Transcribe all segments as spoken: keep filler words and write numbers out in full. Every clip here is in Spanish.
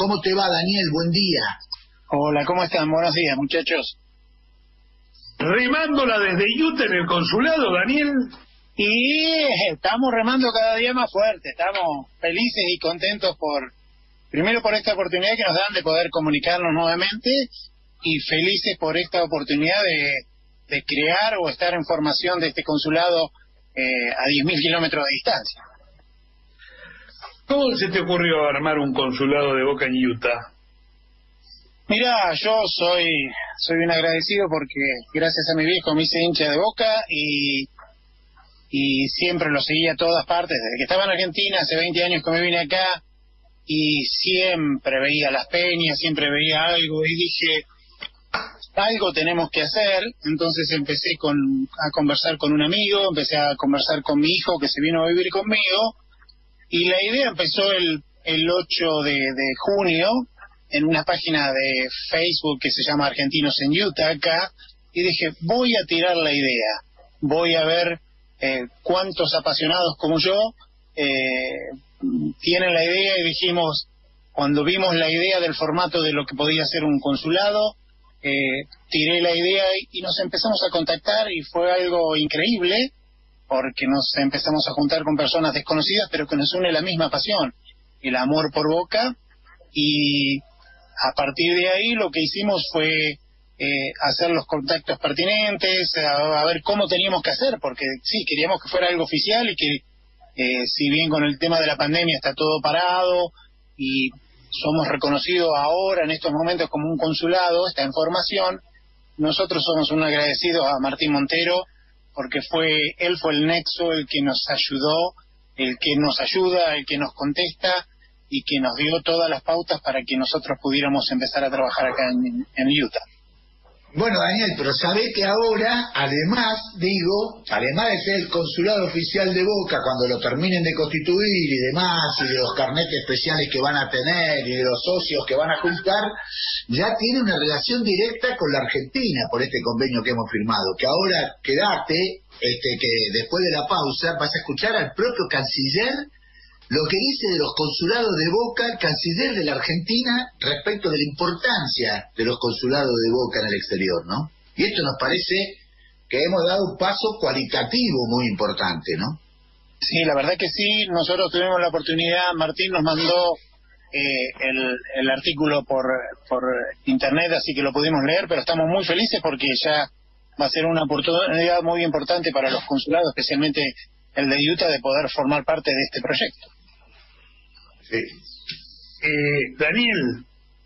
¿Cómo te va, Daniel? Buen día. Hola, ¿cómo están? Buenos días, muchachos. ¿Remándola desde Utah en el consulado, Daniel? Y estamos remando cada día más fuerte, estamos felices y contentos por, primero por esta oportunidad que nos dan de poder comunicarnos nuevamente, y felices por esta oportunidad de, de crear o estar en formación de este consulado eh, a diez mil kilómetros de distancia. ¿Cómo se te ocurrió armar un consulado de Boca en Utah? Mira, yo soy soy un agradecido porque gracias a mi viejo me hice hincha de Boca y y siempre lo seguí a todas partes, desde que estaba en Argentina, hace veinte años que me vine acá, y siempre veía las peñas, siempre veía algo, y dije, algo tenemos que hacer. Entonces empecé con a conversar con un amigo, empecé a conversar con mi hijo que se vino a vivir conmigo, y la idea empezó el, el ocho de, de junio, en una página de Facebook que se llama Argentinos en Utah acá, y dije, voy a tirar la idea, voy a ver eh, cuántos apasionados como yo eh, tienen la idea, y dijimos, cuando vimos la idea del formato de lo que podía ser un consulado, eh, tiré la idea y, y nos empezamos a contactar, y fue algo increíble, porque nos empezamos a juntar con personas desconocidas, pero que nos une la misma pasión, el amor por Boca, y a partir de ahí lo que hicimos fue eh, hacer los contactos pertinentes, a, a ver cómo teníamos que hacer, porque sí, queríamos que fuera algo oficial, y que eh, si bien con el tema de la pandemia está todo parado y somos reconocidos ahora en estos momentos como un consulado, está en formación, nosotros somos un agradecidos a Martín Montero, porque fue él fue el nexo, el que nos ayudó, el que nos ayuda, el que nos contesta, y que nos dio todas las pautas para que nosotros pudiéramos empezar a trabajar acá en, en Utah. Bueno, Daniel, pero sabés que ahora, además, digo, además de ser el consulado oficial de Boca, cuando lo terminen de constituir y demás, y de los carnetes especiales que van a tener, y de los socios que van a juntar, ya tiene una relación directa con la Argentina por este convenio que hemos firmado, que ahora, quedate, este, que después de la pausa vas a escuchar al propio canciller lo que dice de los consulados de Boca, el canciller de la Argentina, respecto de la importancia de los consulados de Boca en el exterior, ¿no? Y esto nos parece que hemos dado un paso cualitativo muy importante, ¿no? Sí, la verdad que sí, nosotros tuvimos la oportunidad, Martín nos mandó eh, el, el artículo por, por internet, así que lo pudimos leer, pero estamos muy felices porque ya va a ser una oportunidad muy importante para los consulados, especialmente el de Utah, de poder formar parte de este proyecto. Sí. Eh, Daniel,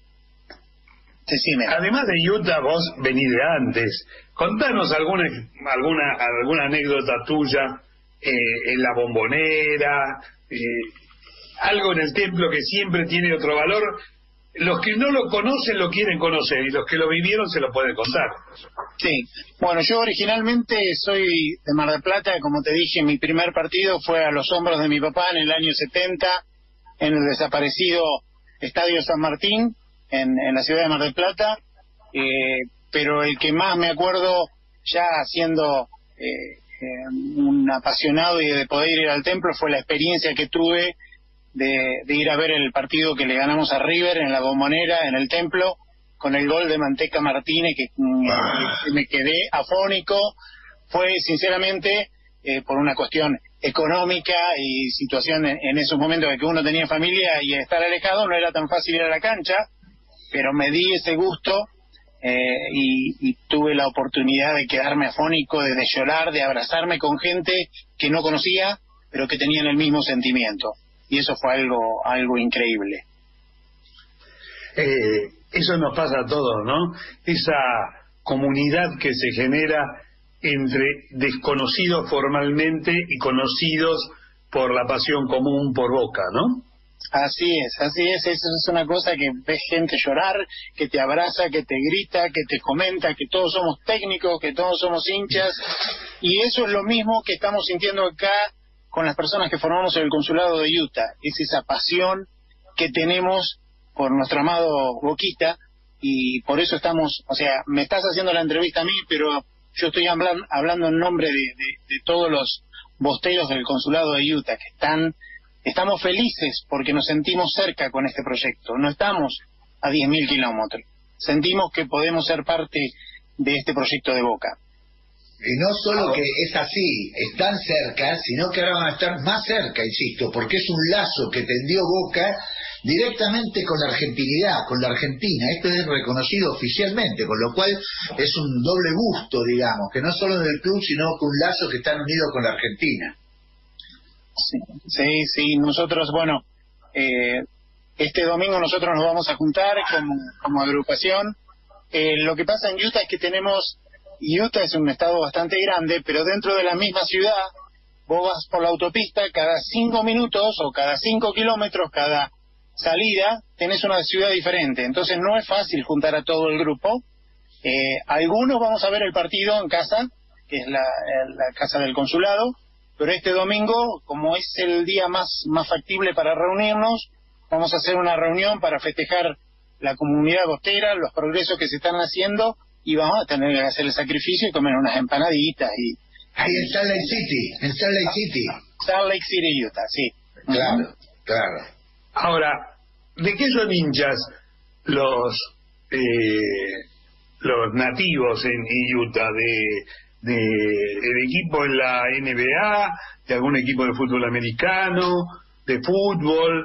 Decime. Además de Utah, vos venís de antes. Contanos alguna alguna alguna anécdota tuya eh, en la Bombonera, eh, algo en el templo que siempre tiene otro valor. Los que no lo conocen lo quieren conocer, y los que lo vivieron se lo pueden contar. Sí, bueno, yo originalmente soy de Mar del Plata, como te dije, mi primer partido fue a los hombros de mi papá en el año setenta, en el desaparecido Estadio San Martín, en, en la ciudad de Mar del Plata, eh, pero el que más me acuerdo, ya siendo eh, eh, un apasionado y de poder ir al templo, fue la experiencia que tuve de, de ir a ver el partido que le ganamos a River en la Bombonera, en el templo, con el gol de Manteca Martínez, que ah. me, me quedé afónico. Fue sinceramente eh, por una cuestión económica y situación en, en esos momentos de que uno tenía familia y estar alejado, no era tan fácil ir a la cancha, pero me di ese gusto eh, y, y tuve la oportunidad de quedarme afónico, de, de llorar, de abrazarme con gente que no conocía, pero que tenían el mismo sentimiento, y eso fue algo algo increíble. Eh, eso nos pasa a todos, ¿no? Esa comunidad que se genera entre desconocidos formalmente y conocidos por la pasión común por Boca, ¿no? Así es, así es, eso es una cosa que ves gente llorar, que te abraza, que te grita, que te comenta, que todos somos técnicos, que todos somos hinchas, y eso es lo mismo que estamos sintiendo acá con las personas que formamos el consulado de Utah, es esa pasión que tenemos por nuestro amado Boquita, y por eso estamos, o sea, me estás haciendo la entrevista a mí, pero yo estoy hablan, hablando en nombre de, de, de todos los bosteros del consulado de Utah, que están estamos felices porque nos sentimos cerca con este proyecto. No estamos a diez mil kilómetros. Sentimos que podemos ser parte de este proyecto de Boca. Y no solo que es así, están cerca, sino que ahora van a estar más cerca, insisto, porque es un lazo que tendió Boca directamente con la argentinidad, con la Argentina. Esto es reconocido oficialmente, con lo cual es un doble gusto, digamos, que no solo del club, sino con un lazo que están unidos con la Argentina. Sí, sí, sí. Nosotros, bueno, eh, este domingo nosotros nos vamos a juntar como, como agrupación. Eh, lo que pasa en Utah es que tenemos... Utah es un estado bastante grande, pero dentro de la misma ciudad, vos vas por la autopista, cada cinco minutos o cada cinco kilómetros, cada salida, tenés una ciudad diferente. Entonces no es fácil juntar a todo el grupo. Eh, algunos vamos a ver el partido en casa, que es la, la casa del consulado, pero este domingo, como es el día más, más factible para reunirnos, vamos a hacer una reunión para festejar la comunidad costera, los progresos que se están haciendo, y vamos a tener que hacer el sacrificio y comer unas empanaditas y... Ahí en Salt Lake City, en Salt Lake City. Salt Lake City, Utah, sí. Claro, uh-huh. claro. Ahora, ¿de qué son hinchas los eh, los nativos en, en Utah? ¿De, de el equipo en la N B A? ¿De algún equipo de fútbol americano? ¿De fútbol?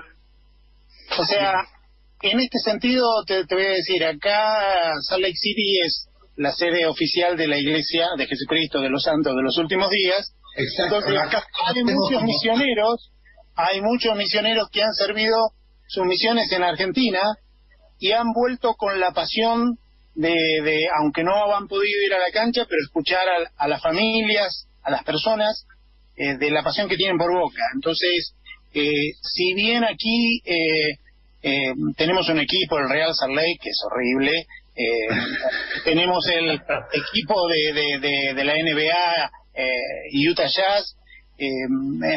O sea... En este sentido, te, te voy a decir, acá Salt Lake City es la sede oficial de la Iglesia de Jesucristo de los Santos de los Últimos Días. Exacto. Entonces, acá hay muchos misioneros, hay muchos misioneros que han servido sus misiones en Argentina y han vuelto con la pasión de, de aunque no han podido ir a la cancha, pero escuchar a, a las familias, a las personas, eh, de la pasión que tienen por Boca. Entonces, eh, si bien aquí... Eh, Eh, tenemos un equipo, el Real Salt Lake, que es horrible. Eh, tenemos el equipo de, de, de, de la N B A, eh, Utah Jazz. Eh,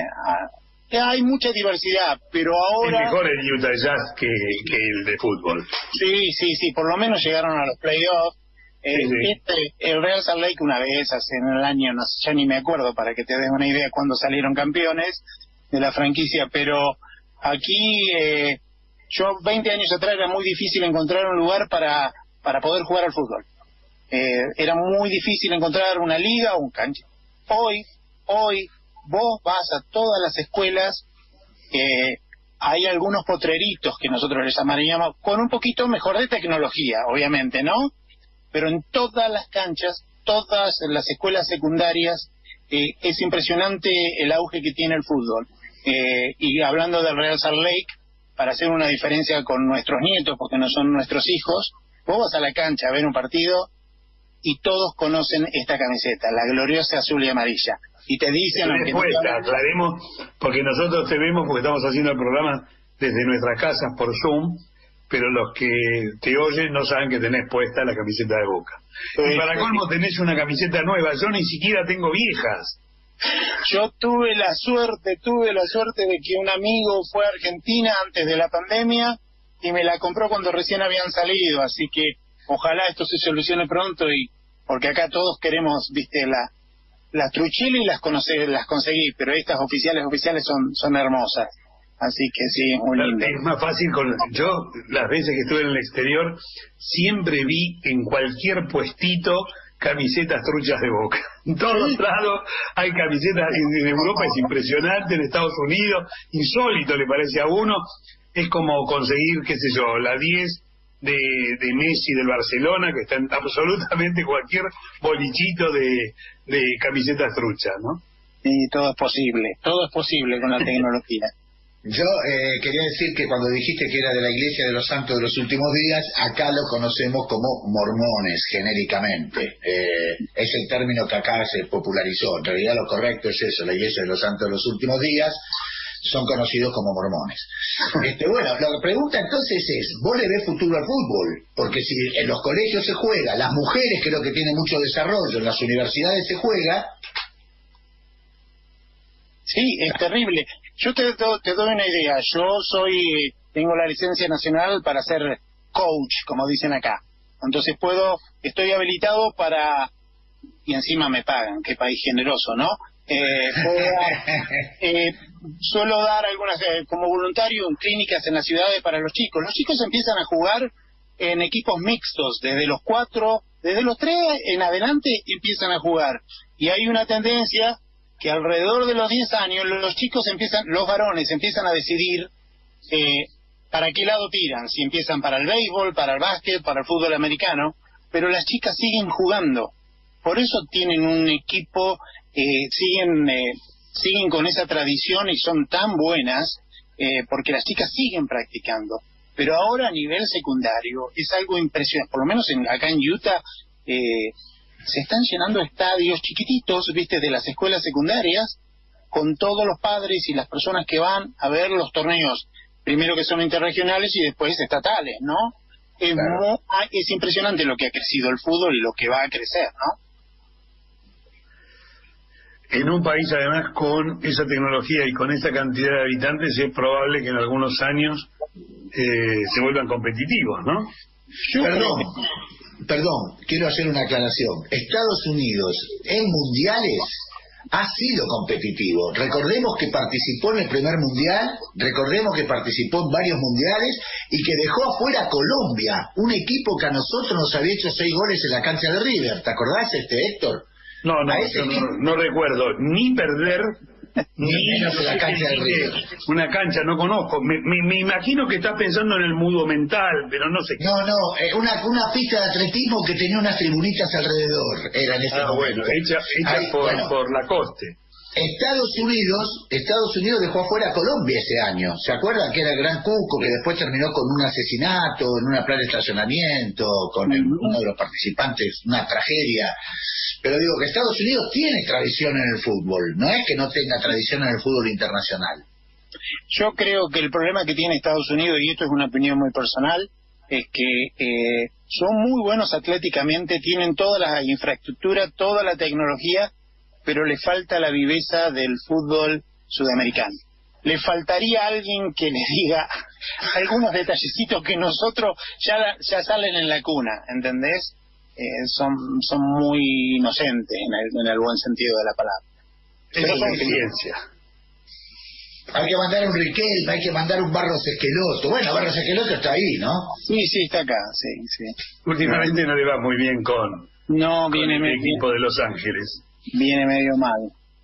eh, hay mucha diversidad, pero ahora... Es mejor el Utah Jazz que, que el de fútbol. Sí, sí, sí, por lo menos llegaron a los playoffs. Eh, sí, sí. Este, el Real Salt Lake una vez, hace en el año, no sé, ya ni me acuerdo, para que te des una idea cuando salieron campeones de la franquicia, pero aquí... Eh, Yo, veinte años atrás, era muy difícil encontrar un lugar para para poder jugar al fútbol. Eh, era muy difícil encontrar una liga o un cancha. Hoy, hoy, vos vas a todas las escuelas, eh, hay algunos potreritos que nosotros les llamaríamos, con un poquito mejor de tecnología, obviamente, ¿no? Pero en todas las canchas, todas las escuelas secundarias, eh, es impresionante el auge que tiene el fútbol. Eh, y hablando del Real Salt Lake, para hacer una diferencia con nuestros nietos, porque no son nuestros hijos, vos vas a la cancha a ver un partido y todos conocen esta camiseta, la gloriosa azul y amarilla. Y te dicen... Después, no aclaremos, porque nosotros te vemos porque estamos haciendo el programa desde nuestras casas por Zoom, pero los que te oyen no saben que tenés puesta la camiseta de Boca. Sí, y para sí, colmo tenés una camiseta nueva, yo ni siquiera tengo viejas. Yo tuve la suerte, tuve la suerte de que un amigo fue a Argentina antes de la pandemia y me la compró cuando recién habían salido, así que ojalá esto se solucione pronto, y porque acá todos queremos, viste, la las truchilas y las conocer, las conseguí, pero estas oficiales oficiales son son hermosas, así que sí, es muy lindo. Es más fácil con... Yo, las veces que estuve en el exterior, siempre vi en cualquier puestito camisetas truchas de Boca. En todos lados hay camisetas. En Europa es impresionante, en Estados Unidos, insólito le parece a uno. Es como conseguir, qué sé yo, la diez de, de Messi del Barcelona, que está en absolutamente cualquier bolichito de, de camisetas truchas, ¿no? Sí, todo es posible, todo es posible con la tecnología. Yo eh, quería decir que cuando dijiste que era de la Iglesia de los Santos de los Últimos Días, acá lo conocemos como mormones, genéricamente. Eh, es el término que acá se popularizó. En realidad lo correcto es eso, la Iglesia de los Santos de los Últimos Días, son conocidos como mormones. Este, bueno, la pregunta entonces es, ¿vos le ves futuro al fútbol? Porque si en los colegios se juega, las mujeres creo que tienen mucho desarrollo, en las universidades se juega... Sí, es terrible. Yo te, te doy una idea. Yo soy, tengo la licencia nacional para ser coach, como dicen acá. Entonces puedo, estoy habilitado para, y encima me pagan, qué país generoso, ¿no? Eh, puedo dar, eh, suelo dar algunas, eh, como voluntario, en clínicas en las ciudades para los chicos. Los chicos empiezan a jugar en equipos mixtos, desde los cuatro, desde los tres en adelante empiezan a jugar. Y hay una tendencia que alrededor de los diez años los chicos empiezan, los varones empiezan a decidir eh, para qué lado tiran, si empiezan para el béisbol, para el básquet, para el fútbol americano, pero las chicas siguen jugando. Por eso tienen un equipo, eh, siguen eh, siguen con esa tradición y son tan buenas, eh, porque las chicas siguen practicando. Pero ahora a nivel secundario es algo impresionante, por lo menos en, acá en Utah, eh, se están llenando estadios chiquititos, viste, de las escuelas secundarias, con todos los padres y las personas que van a ver los torneos, primero que son interregionales y después estatales, ¿no? Es, claro. muy, es impresionante lo que ha crecido el fútbol y lo que va a crecer, ¿no? En un país además con esa tecnología y con esa cantidad de habitantes es probable que en algunos años eh, se vuelvan competitivos, ¿no? Yo Perdón, creo... perdón, quiero hacer una aclaración. Estados Unidos en mundiales ha sido competitivo. Recordemos que participó en el primer mundial, recordemos que participó en varios mundiales y que dejó afuera a Colombia, un equipo que a nosotros nos había hecho seis goles en la cancha de River. ¿Te acordás, este Héctor? No, no, yo no, no recuerdo ni perder ni menos en la cancha de River. Una cancha no conozco. Me, me, me imagino que estás pensando en el mudo mental, pero no sé qué. No, no, eh, una, una pista de atletismo que tenía unas tribunitas alrededor. Era en ese ah, momento. bueno, hecha, hecha Ahí, por, bueno. por Lacoste. Estados Unidos, Estados Unidos dejó afuera a Colombia ese año. ¿Se acuerdan que era el Gran Cuco, que después terminó con un asesinato en una playa de estacionamiento, con el, uno de los participantes, una tragedia? Pero digo que Estados Unidos tiene tradición en el fútbol, no es que no tenga tradición en el fútbol internacional. Yo creo que el problema que tiene Estados Unidos, y esto es una opinión muy personal, es que eh, son muy buenos atléticamente, tienen toda la infraestructura, toda la tecnología, pero le falta la viveza del fútbol sudamericano. Le faltaría alguien que le diga algunos detallecitos que nosotros ya, ya salen en la cuna, ¿entendés? Eh, son son muy inocentes en el, en el buen sentido de la palabra. Esa es la experiencia. Hay que mandar un Riquelme, hay que mandar un Barros Esqueloto. Bueno, Barros Esqueloto está ahí, ¿no? Sí, sí, está acá, sí, sí. Últimamente no le va muy bien con, no, con viene el medio, equipo de Los Ángeles. Viene medio mal.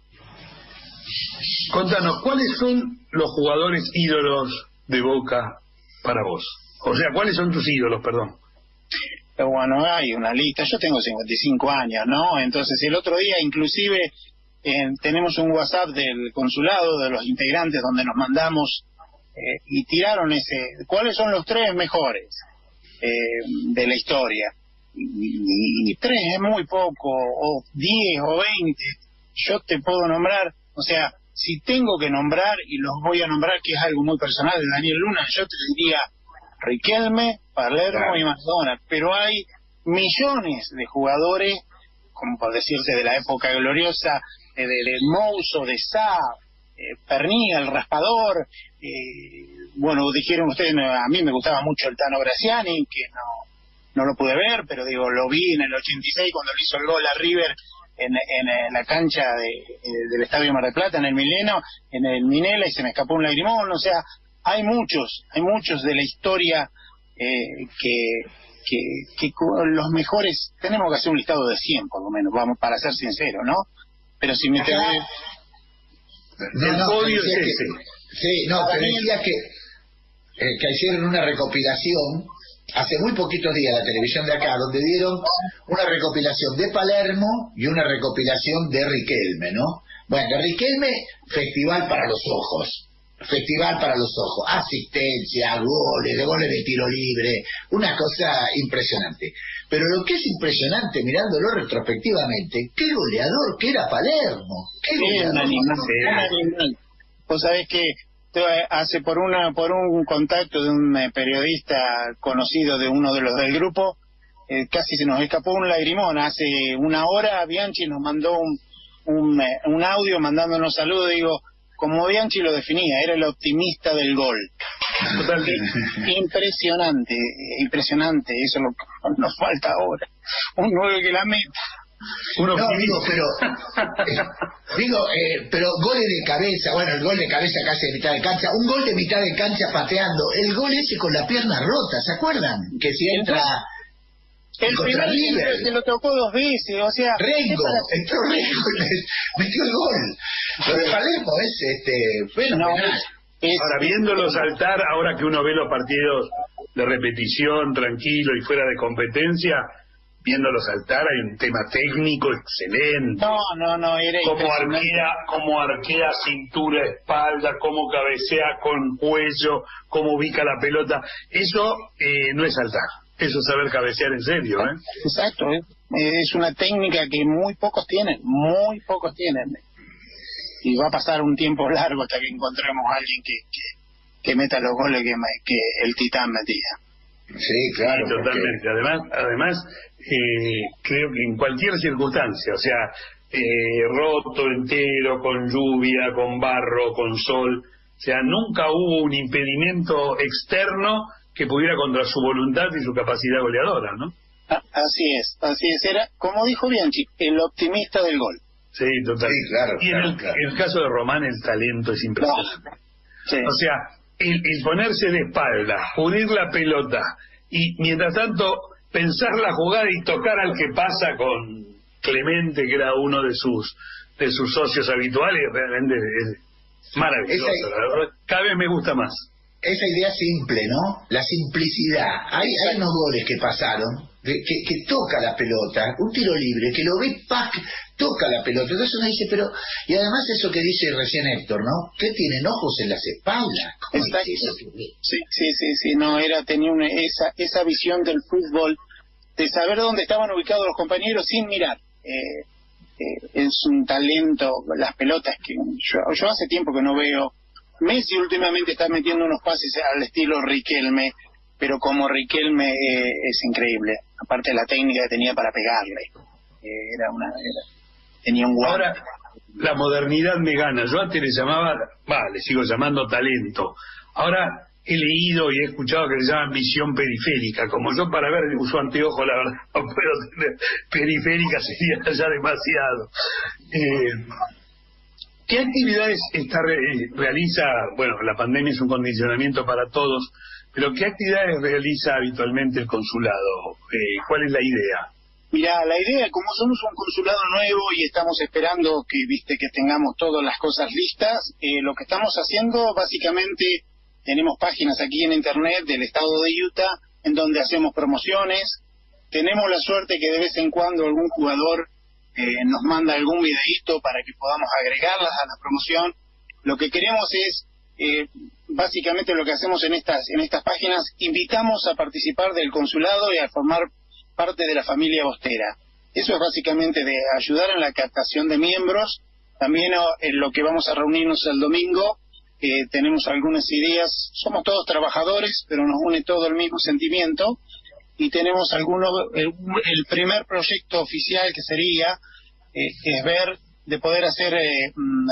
Contanos, ¿cuáles son los jugadores ídolos de Boca para vos? O sea, ¿cuáles son tus ídolos, perdón? Pero bueno, hay una lista. Yo tengo cincuenta y cinco años, ¿no? Entonces el otro día inclusive eh, tenemos un WhatsApp del consulado, de los integrantes, donde nos mandamos eh, y tiraron ese, ¿cuáles son los tres mejores eh, de la historia? Y, y, y tres es muy poco, o diez o veinte. Yo te puedo nombrar, o sea, si tengo que nombrar, y los voy a nombrar, que es algo muy personal de Daniel Luna, yo te diría Riquelme, Palermo claro. y Maradona, pero hay millones de jugadores, como por decirse de la época gloriosa, eh, de, de Mouso, de Sá, eh, Pernilla, el raspador, eh, bueno, dijeron ustedes, a mí me gustaba mucho el Tano Graciani, que no no lo pude ver, pero digo, lo vi en el ochenta y seis cuando le hizo el gol a River en, en, en la cancha de, eh, del Estadio Mar del Plata, en el Mileno, en el Minela, y se me escapó un lagrimón. O sea, hay muchos, hay muchos de la historia eh, que, que, que los mejores, tenemos que hacer un listado de cien por lo menos, vamos, para ser sinceros, ¿no? Pero si me te ve... No, el no, podio es que, ese. Sí, no, te decía que, eh, que hicieron una recopilación hace muy poquitos días la televisión de acá, donde dieron una recopilación de Palermo y una recopilación de Riquelme, ¿no? Bueno, de Riquelme, festival para los ojos, festival para los ojos, asistencia, goles, de goles de tiro libre, una cosa impresionante. Pero lo que es impresionante, mirándolo retrospectivamente, qué goleador que era Palermo, qué goleador. Vos sabés que hace por una por un contacto de un eh, periodista conocido de uno de los del grupo, eh, casi se nos escapó un lagrimón. Hace una hora Bianchi nos mandó un un, eh, un audio mandándonos saludos. Digo, como Bianchi lo definía, era el optimista del gol. Impresionante, impresionante. Eso es lo que nos falta ahora, un nueve que la meta. Uno no, digo, pero eh, digo, eh, pero goles de cabeza, bueno, el gol de cabeza casi de mitad de cancha, un gol de mitad de cancha pateando, el gol ese con la pierna rota, ¿se acuerdan? Que si entra el primer River se lo tocó dos veces, o sea, Rengo, entró Rengo y les metió el gol. Lo de Palermo es este fenomenal. No, es, ahora, viéndolo saltar, ahora que uno ve los partidos de repetición, tranquilo y fuera de competencia, viéndolo saltar hay un tema técnico excelente. No, no, no, era cómo arquea, cómo arquea cintura, espalda, cómo cabecea con cuello, cómo ubica la pelota. Eso eh, no es saltar, eso es saber cabecear en serio, ¿eh? Exacto, ¿eh? Es una técnica que muy pocos tienen, muy pocos tienen. Y va a pasar un tiempo largo hasta que encontremos a alguien que, que, que meta los goles que, que el Titán metía. Sí, claro. Sí, totalmente. Porque... Además, además eh, creo que en cualquier circunstancia, o sea, eh, roto entero, con lluvia, con barro, con sol, o sea, nunca hubo un impedimento externo que pudiera contra su voluntad y su capacidad goleadora, ¿no? Ah, así es, así es. Era, como dijo Bianchi, el optimista del gol. Sí, totalmente. Sí, claro. Y en, claro, el, claro. en el caso de Román, el talento es impresionante. No. Sí. O sea, el, el ponerse de espalda, unir la pelota y mientras tanto pensar la jugada y tocar al que pasa con Clemente, que era uno de sus de sus socios habituales, realmente es maravilloso. Esa, la verdad, cada vez me gusta más. Esa idea simple, ¿no? La simplicidad. Hay, hay unos goles que pasaron, de, que, que toca la pelota, un tiro libre, que lo ve, ¡pac!, toca la pelota. Entonces uno dice, pero... Y además eso que dice recién Héctor, ¿no? Que tienen ojos en las espaldas. ¿Cómo es eso? Sí, sí, sí, sí, no, era, tenía una, esa, esa visión del fútbol, de saber dónde estaban ubicados los compañeros sin mirar. Eh, eh, es un talento, las pelotas que... Yo, yo hace tiempo que no veo... Messi últimamente está metiendo unos pases al estilo Riquelme, pero como Riquelme eh, es increíble, aparte de la técnica que tenía para pegarle. Eh, era una... Era, tenía un guante. Ahora, la modernidad me gana. Yo antes le llamaba, va, le sigo llamando talento. Ahora he leído y he escuchado que le llaman visión periférica. Como yo para ver uso anteojo, la verdad, no puedo tener periférica, sería ya demasiado. Eh, ¿Qué actividades está, eh, realiza, bueno, la pandemia es un condicionamiento para todos, pero qué actividades realiza habitualmente el consulado? Eh, ¿Cuál es la idea? Mira, la idea, como somos un consulado nuevo y estamos esperando que, viste, que tengamos todas las cosas listas, eh, lo que estamos haciendo, básicamente, tenemos páginas aquí en internet del estado de Utah, en donde hacemos promociones. Tenemos la suerte que de vez en cuando algún jugador eh, nos manda algún videíto para que podamos agregarlas a la promoción. Lo que queremos es, eh, básicamente lo que hacemos en estas, en estas páginas, invitamos a participar del consulado y a formar parte de la familia Bostera. Eso es básicamente de ayudar en la captación de miembros. También en lo que vamos a reunirnos el domingo, eh, tenemos algunas ideas. Somos todos trabajadores, pero nos une todo el mismo sentimiento. Y tenemos algunos, el, el primer proyecto oficial que sería, eh, es ver de poder hacer eh,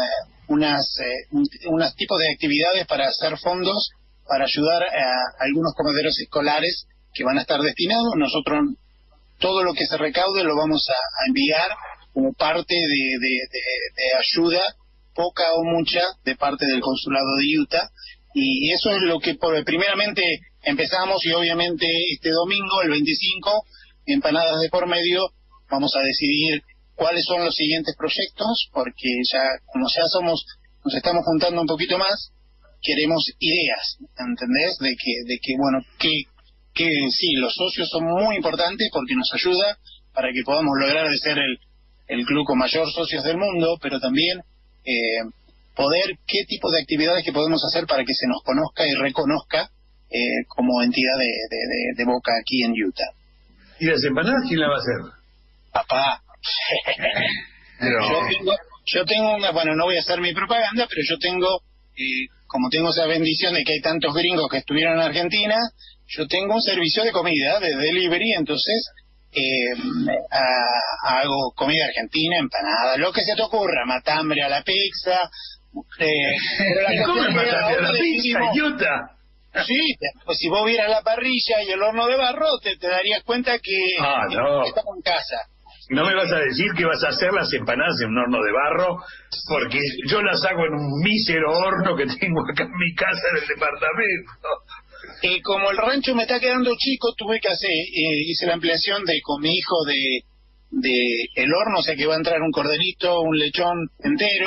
unas, eh, unos tipos de actividades para hacer fondos, para ayudar a algunos comederos escolares que van a estar destinados. Nosotros todo lo que se recaude lo vamos a, a enviar como parte de, de, de, de ayuda, poca o mucha, de parte del consulado de Utah. Y eso es lo que por, primeramente empezamos, y obviamente este domingo, el veinticinco, empanadas de por medio, vamos a decidir cuáles son los siguientes proyectos, porque ya, como ya somos, nos estamos juntando un poquito más, queremos ideas, ¿entendés? De que, de que bueno, que que sí, los socios son muy importantes porque nos ayuda para que podamos lograr de ser el, el club con mayor socios del mundo, pero también eh, poder, qué tipo de actividades que podemos hacer para que se nos conozca y reconozca eh, como entidad de, de, de, de Boca aquí en Utah. ¿Y las empanadas quién la va a hacer? Papá. Pero... yo, tengo, yo tengo una, bueno, no voy a hacer mi propaganda, pero yo tengo, eh, como tengo esa bendición de que hay tantos gringos que estuvieron en Argentina, yo tengo un servicio de comida, de delivery, entonces eh, a, hago comida argentina, empanadas, lo que se te ocurra, matambre a la pizza. Eh, pero la ¿Y comen matambre a la pizza, Utah? Sí, pues si vos vieras la parrilla y el horno de barro, te, te darías cuenta que, ah, no. que estamos en casa. no me vas a decir que vas a hacer las empanadas en un horno de barro, porque yo las hago en un mísero horno que tengo acá en mi casa en el departamento. Y como el rancho me está quedando chico, tuve que hacer, eh, hice la ampliación de con mi hijo de de el horno, o sea que va a entrar un corderito, un lechón entero.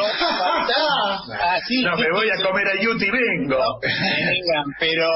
Así, no me voy a comer ayuta y vengo. Vengan, pero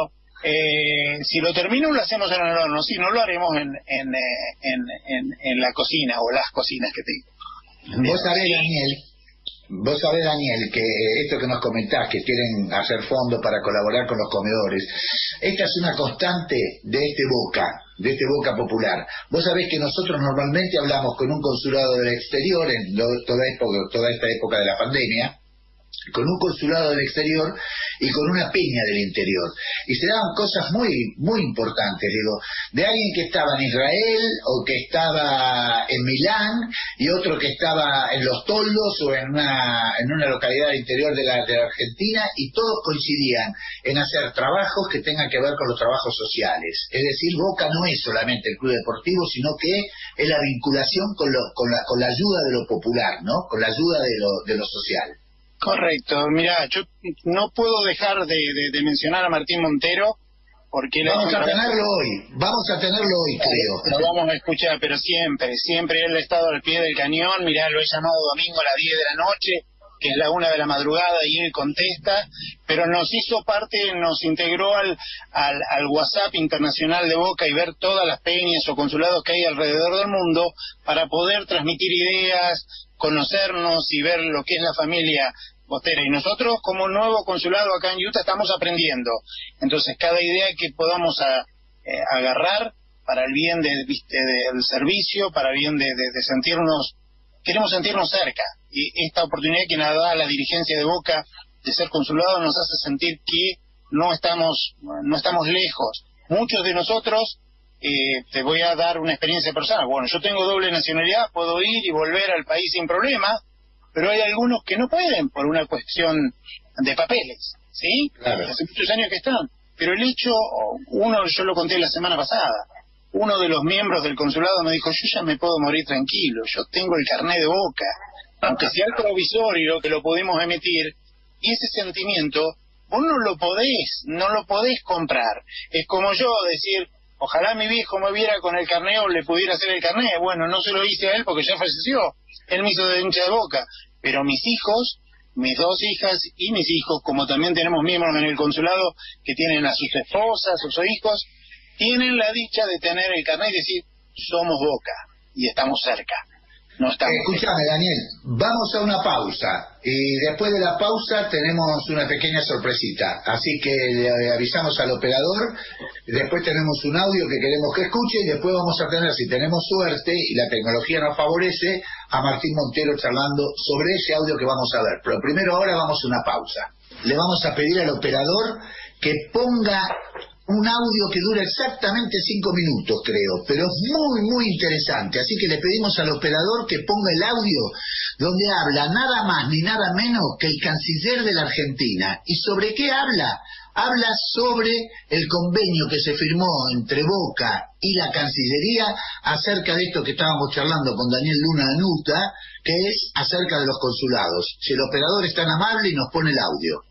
eh, si lo termino lo hacemos en el horno, si no lo haremos en en, en, en, en la cocina o las cocinas que tengo. Vos sabés, Daniel, vos sabés, Daniel, que esto que nos comentás, que quieren hacer fondos para colaborar con los comedores, esta es una constante de este Boca, de este Boca Popular. Vos sabés que nosotros normalmente hablamos con un consulado del exterior en lo, toda, época, toda esta época de la pandemia, con un consulado del exterior y con una peña del interior, y se daban cosas muy muy importantes, digo, de alguien que estaba en Israel o que estaba en Milán y otro que estaba en Los Toldos o en una en una localidad del interior de la, de la Argentina, y todos coincidían en hacer trabajos que tengan que ver con los trabajos sociales. Es decir, Boca no es solamente el club deportivo, sino que es la vinculación con, lo, con, la, con la ayuda de lo popular, ¿no? Con la ayuda de lo, de lo social. Correcto, mira, yo no puedo dejar de, de, de mencionar a Martín Montero, porque vamos a tenerlo hoy, vamos a tenerlo hoy, creo. Lo vamos a escuchar, pero siempre, siempre él ha estado al pie del cañón. Mirá, lo he llamado domingo a las diez de la noche, que es la una de la madrugada, y él contesta, pero nos hizo parte, nos integró al, al, al WhatsApp internacional de Boca y ver todas las peñas o consulados que hay alrededor del mundo para poder transmitir ideas, conocernos y ver lo que es la familia bostera. Y nosotros, como nuevo consulado acá en Utah, estamos aprendiendo. Entonces, cada idea que podamos a, eh, agarrar para el bien de, viste, del servicio, para el bien de, de, de sentirnos, queremos sentirnos cerca. Y esta oportunidad que nos da la dirigencia de Boca de ser consulado nos hace sentir que no estamos, no estamos lejos. Muchos de nosotros, Eh, te voy a dar una experiencia personal. Bueno, yo tengo doble nacionalidad, puedo ir y volver al país sin problema, pero hay algunos que no pueden por una cuestión de papeles, ¿sí? Claro. Hace muchos años que están. Pero el hecho, uno, yo lo conté la semana pasada, uno de los miembros del consulado me dijo, yo ya me puedo morir tranquilo, yo tengo el carné de Boca, aunque sea el provisorio que lo pudimos emitir, y ese sentimiento, vos no lo podés, no lo podés comprar. Es como yo decir, ojalá mi viejo me viera con el carné o le pudiera hacer el carné. Bueno, no se lo hice a él porque ya falleció. Él me hizo de hincha de Boca. Pero mis hijos, mis dos hijas y mis hijos, como también tenemos miembros en el consulado que tienen a sus esposas, sus hijos, tienen la dicha de tener el carné y decir, somos Boca y estamos cerca. No estamos. Escúchame, Daniel, vamos a una pausa y después de la pausa tenemos una pequeña sorpresita, así que le avisamos al operador, después tenemos un audio que queremos que escuche y después vamos a tener, si tenemos suerte y la tecnología nos favorece, a Martín Montero charlando sobre ese audio que vamos a ver. Pero primero ahora vamos a una pausa. Le vamos a pedir al operador que ponga un audio que dura exactamente cinco minutos, creo, pero es muy, muy interesante. Así que le pedimos al operador que ponga el audio donde habla nada más ni nada menos que el canciller de la Argentina. ¿Y sobre qué habla? Habla sobre el convenio que se firmó entre Boca y la Cancillería acerca de esto que estábamos charlando con Daniel Luna Anuta, que es acerca de los consulados. Si el operador es tan amable y nos pone el audio.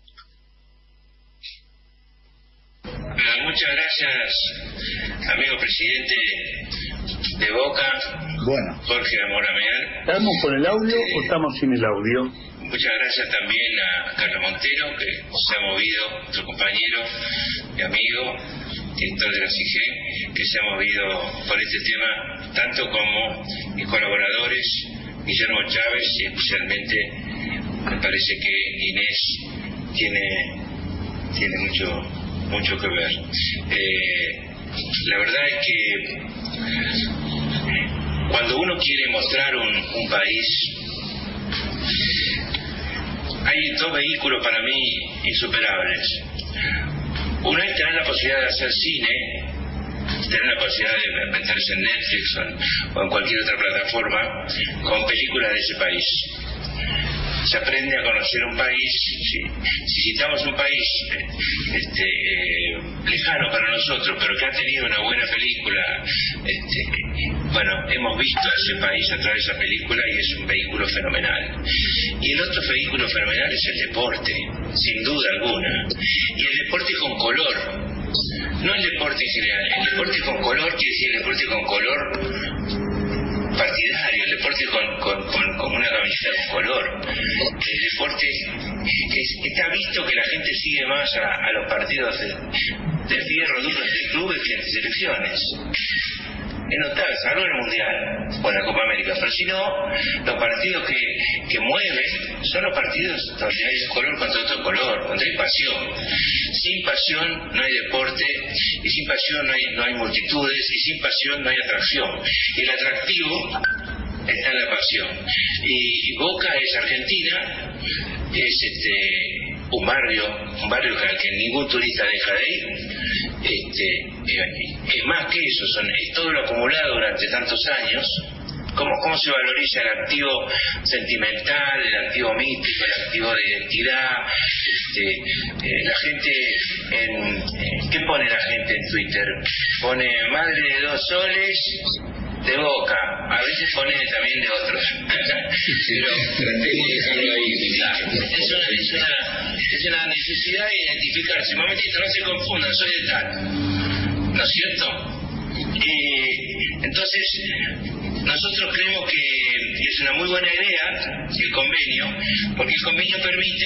Muchas gracias, amigo presidente de Boca, bueno. Jorge Amorameal. ¿Estamos con el audio eh, o estamos sin el audio? Muchas gracias también a Carlos Montero, que se ha movido, nuestro compañero y amigo, director de la C I G, que se ha movido por este tema, tanto como mis colaboradores, Guillermo Chávez, y especialmente me parece que Inés tiene, tiene mucho... mucho que ver. Eh, la verdad es que cuando uno quiere mostrar un, un país, hay dos vehículos para mí insuperables. Uno es tener la posibilidad de hacer cine, tener la posibilidad de meterse en Netflix o en, o en cualquier otra plataforma con películas de ese país. se aprende a conocer un país. Si, si citamos un país este, eh, lejano para nosotros, pero que ha tenido una buena película, este, bueno, hemos visto a ese país a través de esa película y es un vehículo fenomenal. Y el otro vehículo fenomenal es el deporte, sin duda alguna. Y el deporte con color. No el deporte en general, el deporte con color quiere decir el deporte con color partidario, el deporte con, con, con, con una camiseta con color. El deporte, es, está visto que la gente sigue más a, a los partidos de, de fierro duros de clubes que de selecciones. Es notable, salvo en el Mundial o en la Copa América, pero si no, los partidos que, que mueven son los partidos donde hay un color contra otro color, donde hay pasión. Sin pasión no hay deporte, y sin pasión no hay, no hay multitudes, y sin pasión no hay atracción. Y el atractivo está en la pasión. Y, y Boca es Argentina, es este un barrio, un barrio que, que ningún turista deja de ir. Este, es más que eso, son, es todo lo acumulado durante tantos años. ¿Cómo, cómo se valoriza el activo sentimental, el activo místico, el activo de identidad? Este, eh, la gente, en, eh, ¿qué pone la gente en Twitter? Pone madre de dos soles de Boca, a veces pone también de otros. Pero es una, es, una, es una necesidad de identificarse. Momentito, no se confundan, soy de tal. ¿No es cierto? Eh, entonces, nosotros creemos que es una muy buena idea el convenio, porque el convenio permite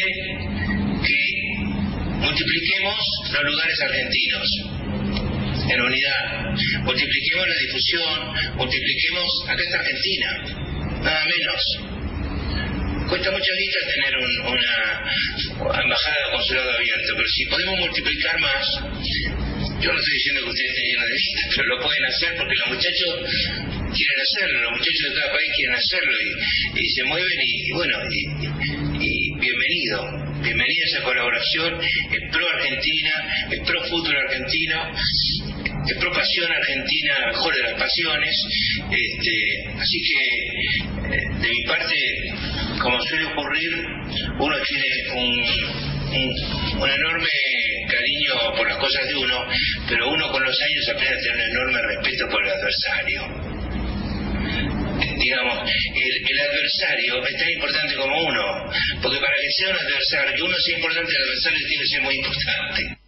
que multipliquemos los lugares argentinos en unidad, multipliquemos la difusión, multipliquemos, acá está Argentina, nada menos. Cuesta mucha guita tener un, una embajada o consulado abierto, pero si podemos multiplicar más, yo no estoy diciendo que ustedes estén llenos de guita, pero lo pueden hacer porque los muchachos quieren hacerlo, los muchachos de cada país quieren hacerlo y, y se mueven y, y bueno, y, y bienvenido, bienvenida a esa colaboración, es pro Argentina, es pro fútbol argentino, es pro pasión argentina, la mejor de las pasiones. Este, así que eh, de mi parte, como suele ocurrir, uno tiene un, un, un enorme cariño por las cosas de uno, pero uno con los años aprende a tener un enorme respeto por el adversario. Digamos, el, el adversario es tan importante como uno, porque para que sea un adversario, que uno sea importante, el adversario tiene que ser muy importante.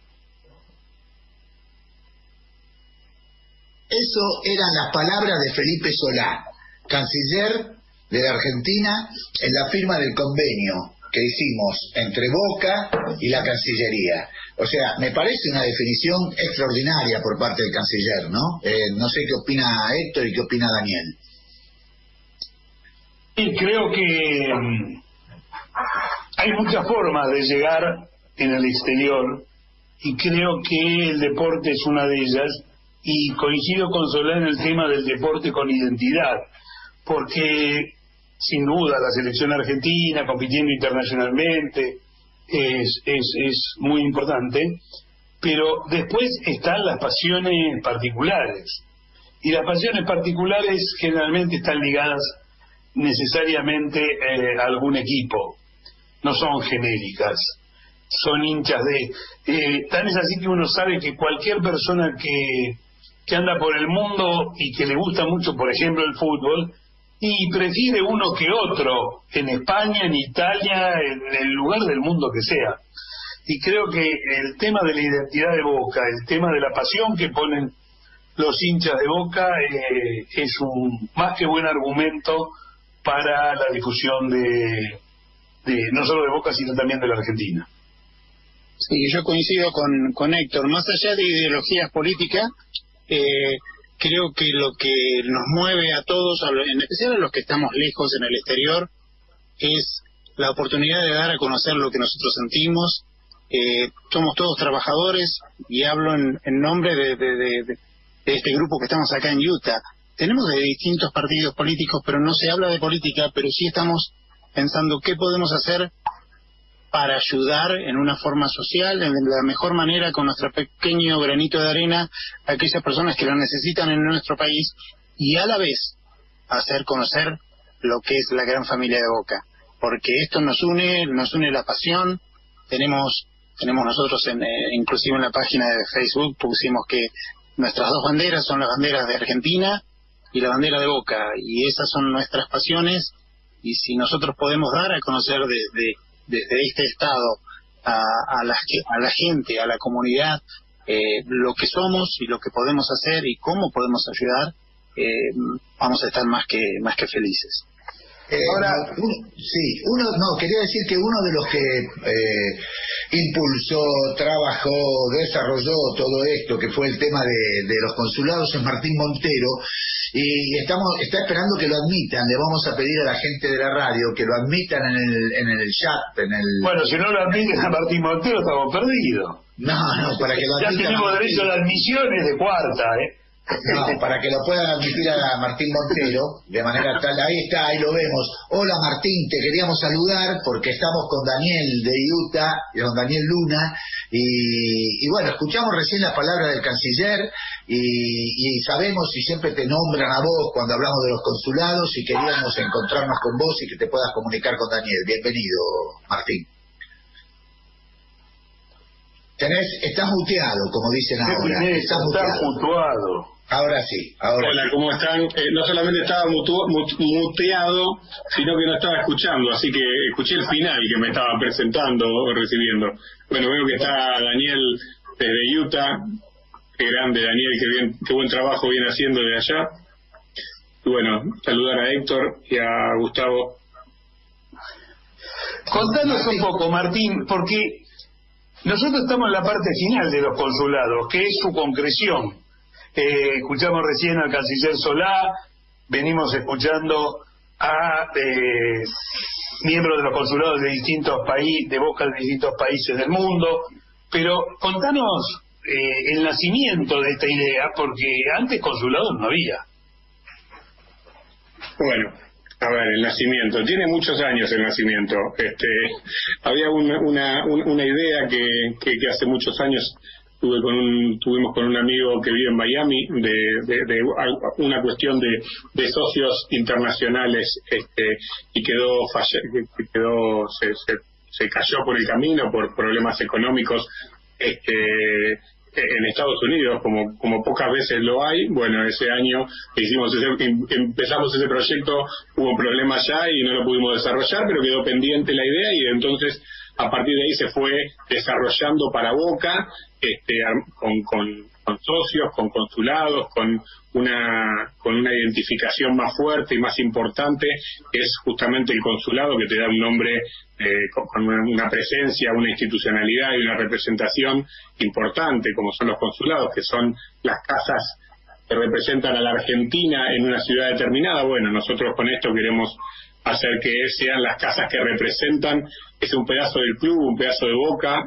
Eso eran las palabras de Felipe Solá, canciller de la Argentina, en la firma del convenio que hicimos entre Boca y la Cancillería. O sea, me parece una definición extraordinaria por parte del canciller, ¿no? Eh, no sé qué opina Héctor y qué opina Daniel. Sí, creo que um, hay muchas formas de llegar en el exterior y creo que el deporte es una de ellas, y coincido con Solá en el tema del deporte con identidad, porque sin duda la selección argentina compitiendo internacionalmente es, es, es muy importante, pero después están las pasiones particulares, y las pasiones particulares generalmente están ligadas necesariamente eh, a algún equipo, no son genéricas, son hinchas de... Eh, tan es así que uno sabe que cualquier persona que, que anda por el mundo y que le gusta mucho, por ejemplo, el fútbol, y prefiere uno que otro, en España, en Italia, en el lugar del mundo que sea. Y creo que el tema de la identidad de Boca, el tema de la pasión que ponen los hinchas de Boca, eh, es un más que buen argumento para la difusión de, de no solo de Boca, sino también de la Argentina. Sí, yo coincido con, con Héctor. Más allá de ideologías políticas, eh, creo que lo que nos mueve a todos, en especial a los que estamos lejos en el exterior, es la oportunidad de dar a conocer lo que nosotros sentimos. Eh, somos todos trabajadores, y hablo en, en nombre de, de, de, de este grupo que estamos acá en Utah. Tenemos de distintos partidos políticos, pero no se habla de política, pero sí estamos pensando qué podemos hacer para ayudar en una forma social, en la mejor manera, con nuestro pequeño granito de arena, a aquellas personas que lo necesitan en nuestro país, y a la vez hacer conocer lo que es la gran familia de Boca. porque esto nos une, nos une la pasión. Tenemos tenemos nosotros, en, eh, inclusive en la página de Facebook, pusimos que nuestras dos banderas son las banderas de Argentina y la bandera de Boca, y esas son nuestras pasiones, y si nosotros podemos dar a conocer desde, desde este estado a, a, la, a la gente, a la comunidad, eh, lo que somos y lo que podemos hacer y cómo podemos ayudar, eh, vamos a estar más que más que felices. Eh, Ahora, uno, sí, uno, no, quería decir que uno de los que eh, impulsó, trabajó, desarrolló todo esto, que fue el tema de, de los consulados, es Martín Montero, y estamos está esperando que lo admitan. Le vamos a pedir a la gente de la radio que lo admitan en el, en el chat, en el... Bueno, si no lo admiten a Martín Montero, estamos perdidos. No, no, para que lo admitan... Ya tenemos derecho a la admisión de cuarta, ¿eh? No, para que lo puedan admitir a Martín Montero, de manera tal, ahí está, ahí lo vemos. Hola Martín, te queríamos saludar porque estamos con Daniel de Utah, con Daniel Luna, y, y bueno, escuchamos recién las palabras del canciller, y, y sabemos y siempre te nombran a vos cuando hablamos de los consulados, y queríamos encontrarnos con vos y que te puedas comunicar con Daniel. Bienvenido, Martín. Tenés, estás muteado, como dicen ahora. Estás muteado. Ahora sí, ahora Hola, sí. ¿cómo están? Eh, no solamente estaba mutu mut muteado, sino que no estaba escuchando, así que escuché el final que me estaba presentando o recibiendo. Bueno, veo que está Daniel desde Utah. Qué grande Daniel, qué bien, qué buen trabajo viene haciendo de allá. Y bueno, saludar a Héctor y a Gustavo. Contanos un poco, Martín, porque nosotros estamos en la parte final de los consulados, que es su concreción. Eh, escuchamos recién al canciller Solá, venimos escuchando a eh, miembros de los consulados de distintos países, de Boca de distintos países del mundo, pero contanos eh, el nacimiento de esta idea, porque antes consulados no había. Bueno, a ver, el nacimiento, tiene muchos años el nacimiento. Este, había una, una, una idea que, que, que hace muchos años tuve con un, tuvimos con un amigo que vive en Miami, de, de, de una cuestión de, de socios internacionales, este, y quedó, falle, quedó se, se, se cayó por el camino por problemas económicos, este, en Estados Unidos, como como pocas veces lo hay. Bueno, ese año hicimos ese, empezamos ese proyecto, hubo problemas ya y no lo pudimos desarrollar, pero quedó pendiente la idea, y entonces a partir de ahí se fue desarrollando para Boca, este, con, con, con socios, con consulados, con una con una identificación más fuerte y más importante, que es justamente el consulado, que te da un nombre eh, con, con una, una presencia, una institucionalidad y una representación importante, como son los consulados, que son las casas que representan a la Argentina en una ciudad determinada. Bueno, nosotros con esto queremos hacer que sean las casas que representan, es un pedazo del club, un pedazo de Boca,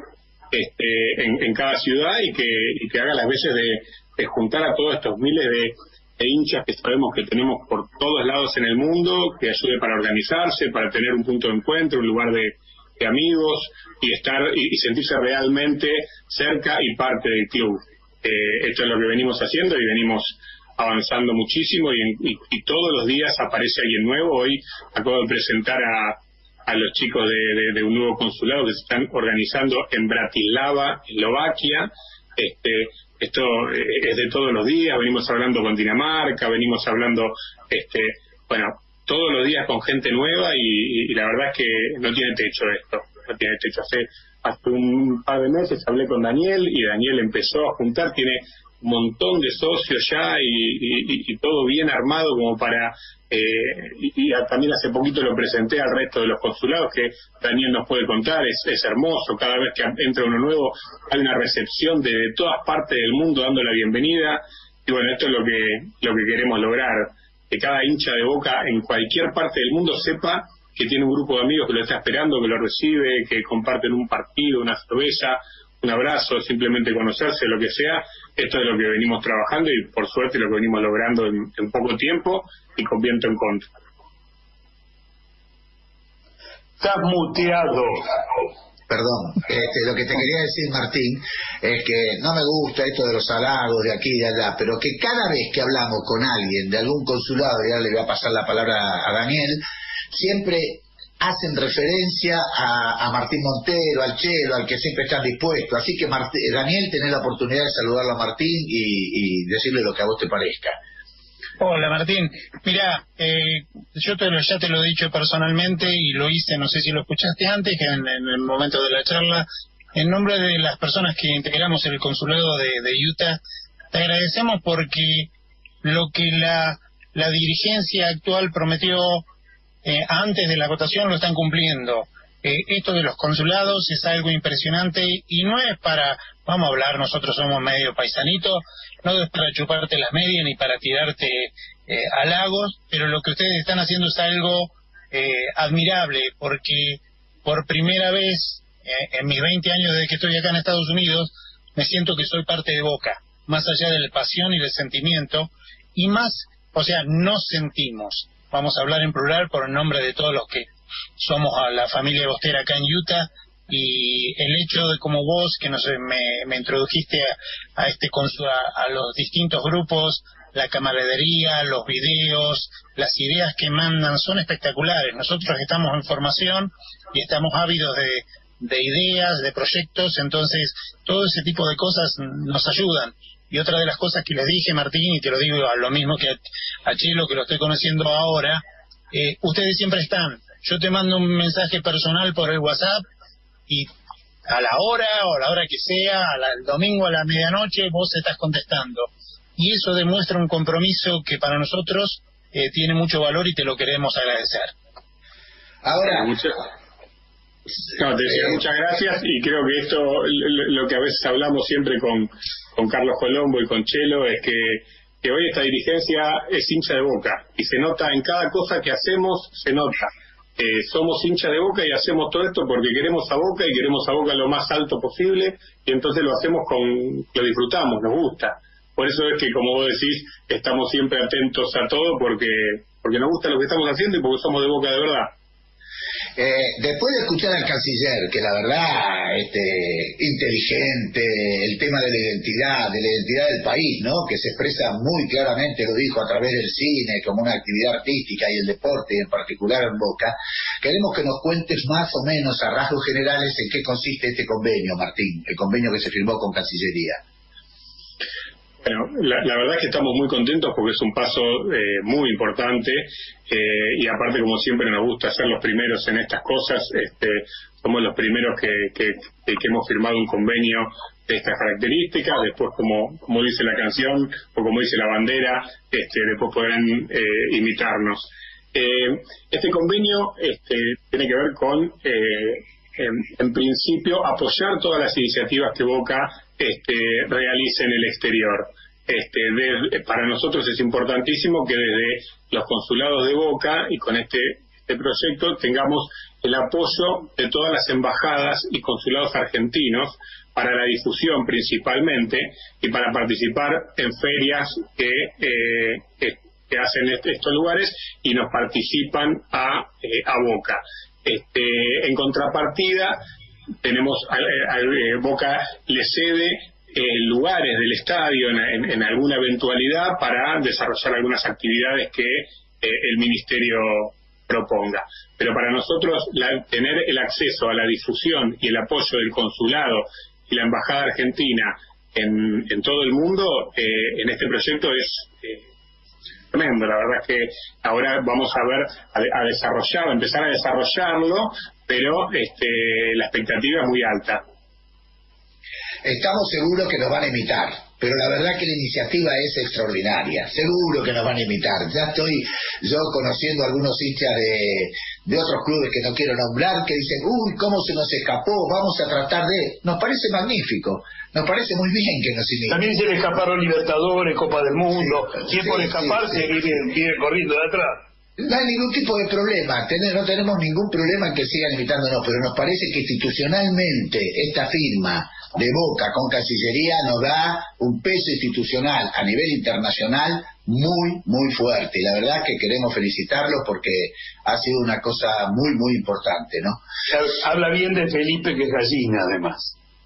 este, en, en cada ciudad, y que, y que haga las veces de, de juntar a todos estos miles de, de hinchas que sabemos que tenemos por todos lados en el mundo, que ayude para organizarse, para tener un punto de encuentro, un lugar de, de amigos, y estar y, y sentirse realmente cerca y parte del club. Eh, esto es lo que venimos haciendo y venimos avanzando muchísimo, y, y, y todos los días aparece alguien nuevo. Hoy acabo de presentar a, a los chicos de, de, de un nuevo consulado que se están organizando en Bratislava, Eslovaquia. Este, esto es de todos los días, venimos hablando con Dinamarca, venimos hablando, este, bueno, todos los días con gente nueva, y, y, y la verdad es que no tiene techo esto, no tiene techo. Hace, hace un par de meses hablé con Daniel, y Daniel empezó a juntar, tiene un montón de socios ya, y, y, y todo bien armado como para... Eh, y, y también hace poquito lo presenté al resto de los consulados, que Daniel nos puede contar. Es, es hermoso, cada vez que entra uno nuevo hay una recepción de, de todas partes del mundo dando la bienvenida, y bueno, esto es lo que lo que queremos lograr, que cada hincha de Boca en cualquier parte del mundo sepa que tiene un grupo de amigos que lo está esperando, que lo recibe, que comparten un partido, una cerveza, un abrazo, simplemente conocerse, lo que sea. Esto es lo que venimos trabajando, y por suerte lo que venimos logrando en, en poco tiempo, y con viento en contra. Estás muteado. Perdón, este, lo que te quería decir, Martín, es que no me gusta esto de los halagos de aquí y de allá, pero que cada vez que hablamos con alguien de algún consulado, y ahora le voy a pasar la palabra a Daniel, siempre hacen referencia a, a Martín Montero, al Chelo, al que siempre están dispuestos. Así que Mart Daniel, tenés la oportunidad de saludarlo a Martín y, y decirle lo que a vos te parezca. Hola Martín, mira, eh, yo te lo, ya te lo he dicho personalmente y lo hice, no sé si lo escuchaste antes, en, en el momento de la charla, en nombre de las personas que integramos el consulado de, de Utah, te agradecemos porque lo que la, la dirigencia actual prometió eh, antes de la votación lo están cumpliendo. Eh, esto de los consulados es algo impresionante y no es para, vamos a hablar, nosotros somos medio paisanitos, no es para chuparte las medias ni para tirarte eh, halagos, pero lo que ustedes están haciendo es algo eh, admirable, porque por primera vez eh, en mis veinte años desde que estoy acá en Estados Unidos, me siento que soy parte de Boca, más allá de la pasión y del sentimiento, y más, o sea, nos sentimos, vamos a hablar en plural por el nombre de todos los que somos a la familia bostera acá en Utah, y el hecho de como vos que nos me, me introdujiste a, a este a, a los distintos grupos, la camaradería, los videos, las ideas que mandan son espectaculares. Nosotros estamos en formación y estamos ávidos de, de ideas, de proyectos, entonces todo ese tipo de cosas nos ayudan. Y otra de las cosas que les dije, Martín, y te lo digo a lo mismo que a, a Chelo, que lo estoy conociendo ahora, eh, ustedes siempre están. Yo te mando un mensaje personal por el WhatsApp y a la hora o a la hora que sea, a la, el domingo a la medianoche, vos estás contestando. Y eso demuestra un compromiso que para nosotros eh, tiene mucho valor y te lo queremos agradecer. Ahora, muchas, no, te decía, muchas gracias, y creo que esto, lo, lo que a veces hablamos siempre con, con Carlos Colombo y con Chelo, es que, que hoy esta dirigencia es hincha de Boca, y se nota en cada cosa que hacemos, se nota. Eh, somos hinchas de Boca y hacemos todo esto porque queremos a Boca y queremos a Boca lo más alto posible, y entonces lo hacemos con, lo disfrutamos, nos gusta. Por eso es que, como vos decís, estamos siempre atentos a todo porque porque nos gusta lo que estamos haciendo y porque somos de Boca de verdad. Eh, después de escuchar al canciller, que la verdad, este, inteligente, el tema de la identidad, de la identidad del país, ¿no? Que se expresa muy claramente, lo dijo, a través del cine, como una actividad artística y el deporte, y en particular en Boca, queremos que nos cuentes más o menos a rasgos generales en qué consiste este convenio, Martín, el convenio que se firmó con Cancillería. Bueno, la, la verdad es que estamos muy contentos porque es un paso eh, muy importante, eh, y aparte, como siempre, nos gusta ser los primeros en estas cosas. Este, somos los primeros que, que, que hemos firmado un convenio de estas características. Después, como, como dice la canción o como dice la bandera, este, después podrán eh, imitarnos. Eh, este convenio este, tiene que ver con, eh, en, en principio, apoyar todas las iniciativas que Boca Este, realice en el exterior. Este, de, para nosotros es importantísimo que desde los consulados de Boca y con este, este proyecto tengamos el apoyo de todas las embajadas y consulados argentinos para la difusión principalmente y para participar en ferias que, eh, que, que hacen este, estos lugares y nos participan a, eh, a Boca. Este, en contrapartida, tenemos a, a, a Boca le cede eh, lugares del estadio en, en, en alguna eventualidad para desarrollar algunas actividades que eh, el ministerio proponga. Pero para nosotros la, tener el acceso a la difusión y el apoyo del consulado y la embajada argentina en, en todo el mundo eh, en este proyecto es eh, tremendo. La verdad es que ahora vamos a ver a, a desarrollar, a empezar a desarrollarlo, pero este, la expectativa es muy alta. Estamos seguros que nos van a imitar, pero la verdad que la iniciativa es extraordinaria. Seguro que nos van a imitar. Ya estoy yo conociendo algunos hinchas de, de otros clubes que no quiero nombrar, que dicen, uy, cómo se nos escapó, vamos a tratar de... Nos parece magnífico, nos parece muy bien que nos imiten. También se le escaparon Libertadores, Copa del Mundo. Sí, ¿Quién por sí, escaparse sí, sí. Viene, viene corriendo de atrás? No hay ningún tipo de problema, no tenemos ningún problema en que sigan imitándonos, pero nos parece que institucionalmente esta firma de Boca con Cancillería nos da un peso institucional a nivel internacional muy, muy fuerte. Y la verdad es que queremos felicitarlos porque ha sido una cosa muy, muy importante, ¿no? Habla bien de Felipe, que es gallina, además.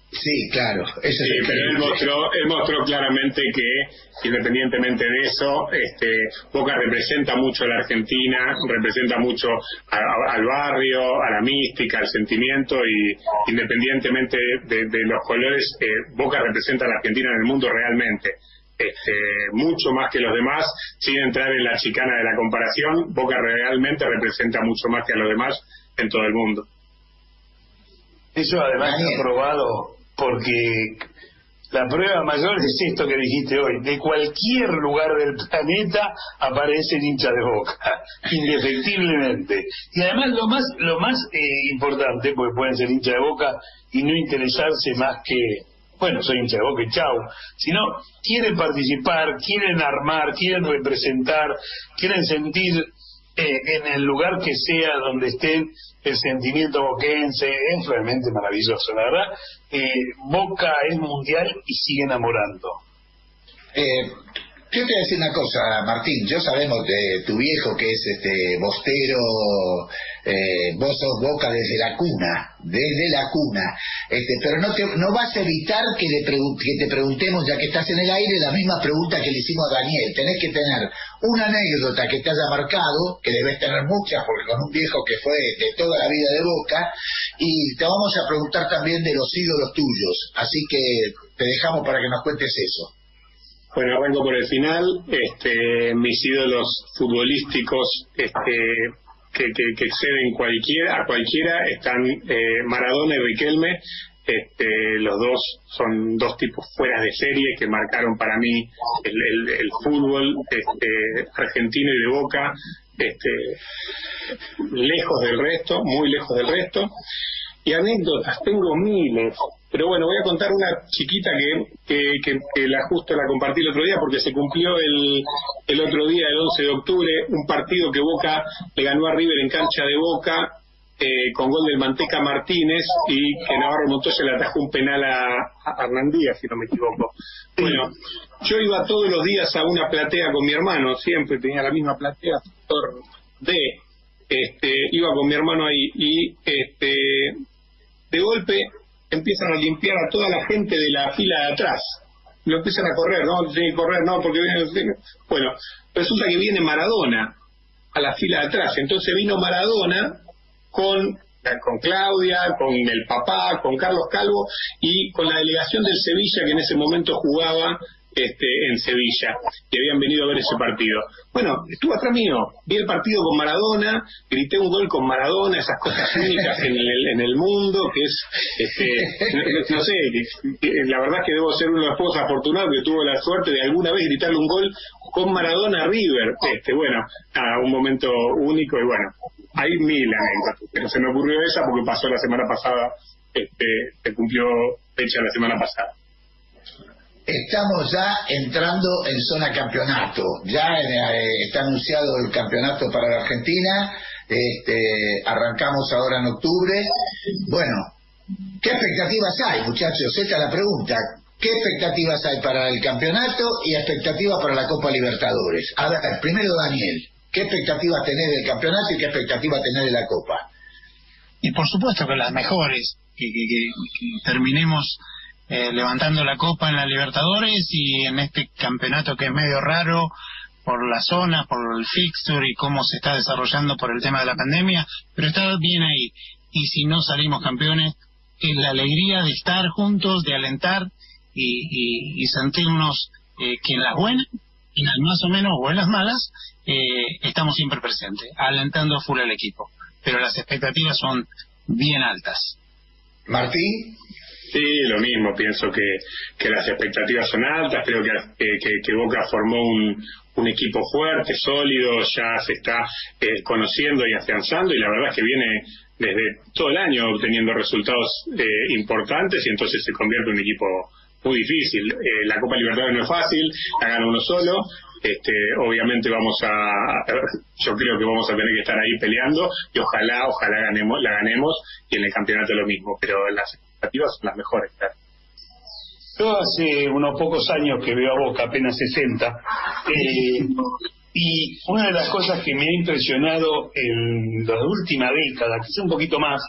Sí, claro. Eso sí, es pero él mostró, él mostró claramente que, independientemente de eso, este, Boca representa mucho a la Argentina, representa mucho a, a, al barrio, a la mística, al sentimiento, y independientemente de, de, de los colores, eh, Boca representa a la Argentina en el mundo realmente. Este, mucho más que los demás, sin entrar en la chicana de la comparación. Boca realmente representa mucho más que a los demás en todo el mundo. Eso además está probado, porque la prueba mayor es esto que dijiste hoy: de cualquier lugar del planeta aparecen hinchas de Boca, indefectiblemente. Y además lo más lo más eh, importante, porque pueden ser hinchas de Boca y no interesarse más que, bueno, soy hincha de Boca y chau, sino quieren participar, quieren armar, quieren representar, quieren sentir eh, en el lugar que sea donde estén el sentimiento boquense. Es realmente maravilloso, la verdad. eh, Boca es mundial y sigue enamorando. Eh, yo te voy a decir una cosa, Martín. Yo sabemos de tu viejo, que es este bostero, eh, vos sos Boca desde la cuna, desde la cuna. Este, pero no te, no vas a evitar que, le pregun- que te preguntemos, ya que estás en el aire, la misma pregunta que le hicimos a Daniel. Tenés que tener una anécdota que te haya marcado, que debes tener muchas, porque con un viejo que fue de toda la vida de Boca, y te vamos a preguntar también de los ídolos tuyos. Así que te dejamos para que nos cuentes eso. Bueno, arranco por el final. Este, mis ídolos futbolísticos, este, que, que, que exceden cualquiera, a cualquiera, están eh, Maradona y Riquelme. Este, los dos son dos tipos fuera de serie que marcaron para mí el, el, el fútbol este, argentino y de Boca, este, lejos del resto, muy lejos del resto. Y anécdotas tengo miles, pero bueno, voy a contar una chiquita que, que, que, que la justo la compartí el otro día, porque se cumplió el, el otro día, el once de octubre, un partido que Boca le ganó a River en cancha de Boca, eh, con gol del Manteca Martínez, y que Navarro Montoya le atajó un penal a, a Hernán Díaz, si no me equivoco. Bueno, yo iba todos los días a una platea con mi hermano, siempre tenía la misma platea, sector D. Este, iba con mi hermano ahí, y este de golpe empiezan a limpiar a toda la gente de la fila de atrás. Lo empiezan a correr, no, tienen que correr, no, porque viene... Bueno, resulta que viene Maradona a la fila de atrás. Entonces vino Maradona con, con Claudia, con el papá, con Carlos Calvo y con la delegación del Sevilla, que en ese momento jugaba este, en Sevilla, que habían venido a ver ese partido. Bueno, estuvo atrás mío, vi el partido con Maradona, grité un gol con Maradona, esas cosas únicas en el, en el mundo, que es, este, no, no sé, que, que la verdad es que debo ser uno de los pocos afortunados que tuvo la suerte de alguna vez gritarle un gol con Maradona a River. Este, bueno, nada, un momento único. Y bueno, hay mil anécdotas, pero se me ocurrió esa porque pasó la semana pasada, este, se cumplió fecha la semana pasada. Estamos ya entrando en zona campeonato. Ya eh, está anunciado el campeonato para la Argentina. Este, arrancamos ahora en octubre. Bueno, ¿qué expectativas hay, muchachos? Esta es la pregunta. ¿Qué expectativas hay para el campeonato y expectativas para la Copa Libertadores? A ver, primero Daniel, ¿qué expectativas tenés del campeonato y qué expectativas tenés de la Copa? Y por supuesto que las mejores, que, que, que, que terminemos Eh, levantando la copa en la Libertadores, y en este campeonato que es medio raro por la zona, por el fixture y cómo se está desarrollando por el tema de la pandemia, pero está bien ahí. Y si no salimos campeones, es la alegría de estar juntos, de alentar y, y, y sentirnos eh, que en las buenas, en las más o menos o en las malas, eh, estamos siempre presentes, alentando full al equipo. Pero las expectativas son bien altas. Martín. Sí, lo mismo, pienso que, que las expectativas son altas, creo que, que, que Boca formó un, un equipo fuerte, sólido, ya se está eh, conociendo y afianzando, y la verdad es que viene desde todo el año obteniendo resultados eh, importantes, y entonces se convierte en un equipo muy difícil. Eh, la Copa Libertadores no es fácil, la gana uno solo. Este, obviamente vamos a, yo creo que vamos a tener que estar ahí peleando, y ojalá, ojalá ganemos, la ganemos, y en el campeonato lo mismo, pero las expectativas son las mejores, claro. Yo hace unos pocos años que veo a Boca, apenas sesenta, eh, y una de las cosas que me ha impresionado en la última década, quizá un poquito más,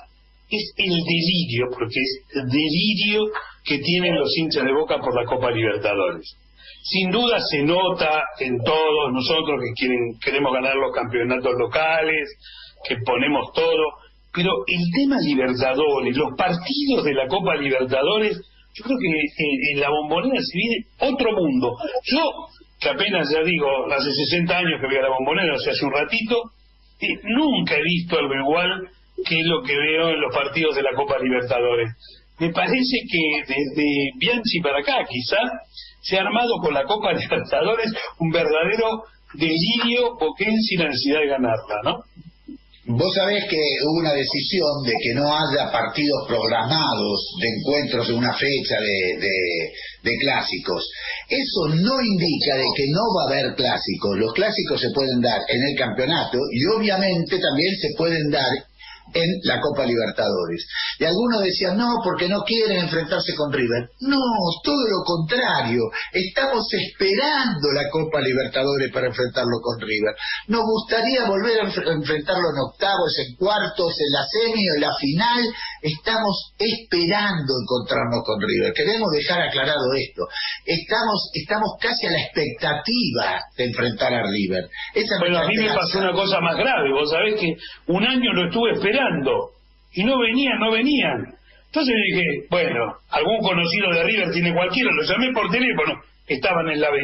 es el delirio, porque es el delirio que tienen los hinchas de Boca por la Copa Libertadores. Sin duda se nota en todos nosotros que quieren, queremos ganar los campeonatos locales, que ponemos todo, pero el tema Libertadores, los partidos de la Copa Libertadores, yo creo que en, en la Bombonera se vive otro mundo. Yo, que apenas ya digo, hace sesenta años que voy a la Bombonera, o sea, hace un ratito, eh, nunca he visto algo igual que lo que veo en los partidos de la Copa Libertadores. Me parece que desde Bianchi para acá, quizá, se ha armado con la Copa Libertadores un verdadero delirio boquense y la necesidad de ganarla, ¿no? Vos sabés que hubo una decisión de que no haya partidos programados de encuentros en una fecha de, de, de clásicos. Eso no indica de que no va a haber clásicos. Los clásicos se pueden dar en el campeonato y obviamente también se pueden dar en la Copa Libertadores. Y algunos decían, no, porque no quieren enfrentarse con River. No, todo lo contrario. Estamos esperando la Copa Libertadores para enfrentarlo con River. Nos gustaría volver a enfrentarlo en octavos, en cuartos, en la semi o en la final. Estamos esperando encontrarnos con River. Queremos dejar aclarado esto. Estamos estamos casi a la expectativa de enfrentar a River. Esa bueno, a mí me pasó una cosa más grave. Vos sabés que un año lo estuve esperando y no venían, no venían. Entonces dije, bueno, algún conocido de River tiene cualquiera, lo llamé por teléfono, estaban en la B.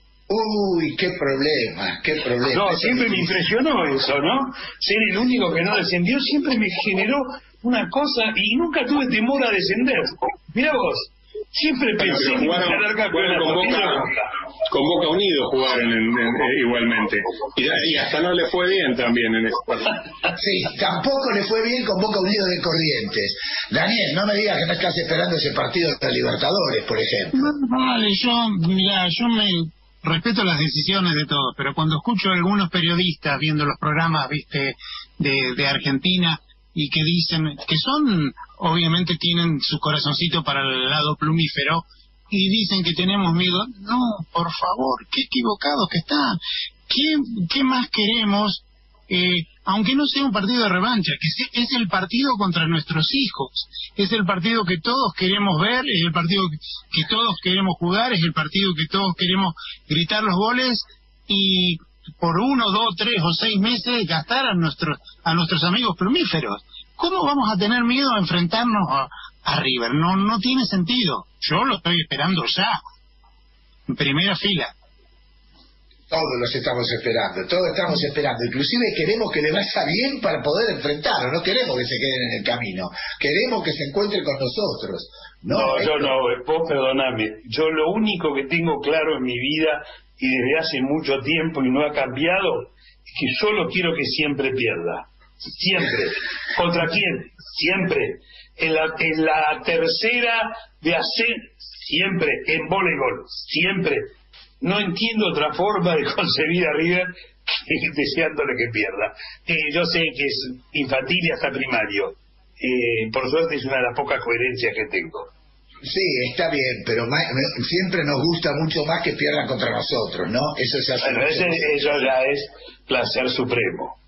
Uy, qué problema, qué problema. No, siempre me impresionó eso, ¿no? Ser el único que no descendió siempre me generó una cosa y nunca tuve temor a descender. Mirá vos, siempre pensé en ganar campeonato. Con Boca, con Boca Unido jugaron en, en, en, igualmente. Y, y hasta no le fue bien también en eso. Sí, tampoco le fue bien con Boca Unido de Corrientes. Daniel, no me digas que no estás esperando ese partido de Libertadores, por ejemplo. Vale, yo, mira, yo me respeto las decisiones de todos, pero cuando escucho a algunos periodistas viendo los programas, viste, de, de Argentina, y que dicen que son, obviamente tienen su corazoncito para el lado plumífero, y dicen que tenemos miedo. No, por favor, qué equivocados que están. ¿Qué, qué más queremos? Eh, aunque no sea un partido de revancha, que es el partido contra nuestros hijos, es el partido que todos queremos ver, es el partido que, que todos queremos jugar, es el partido que todos queremos gritar los goles y por uno, dos, tres o seis meses gastar a nuestros a nuestros amigos plumíferos. ¿Cómo vamos a tener miedo a enfrentarnos a, a River? No, no tiene sentido. Yo lo estoy esperando ya, en primera fila. Todos los estamos esperando, todos estamos esperando. Inclusive queremos que le vaya bien para poder enfrentarlo. No queremos que se queden en el camino. Queremos que se encuentre con nosotros. No, no esto... yo no, vos perdoname. Yo lo único que tengo claro en mi vida, y desde hace mucho tiempo y no ha cambiado, es que solo quiero que siempre pierda. Siempre. ¿Contra quién? Siempre. En la, en la tercera de hacer, siempre. En voleibol, siempre. No entiendo otra forma de concebir a River que deseándole que pierda. Eh, yo sé que es infantil y hasta primario. Eh, por suerte es una de las pocas coherencias que tengo. Sí, está bien, pero más, siempre nos gusta mucho más que pierdan contra nosotros, ¿no? Eso ya, bueno, ese, eso ya es placer supremo.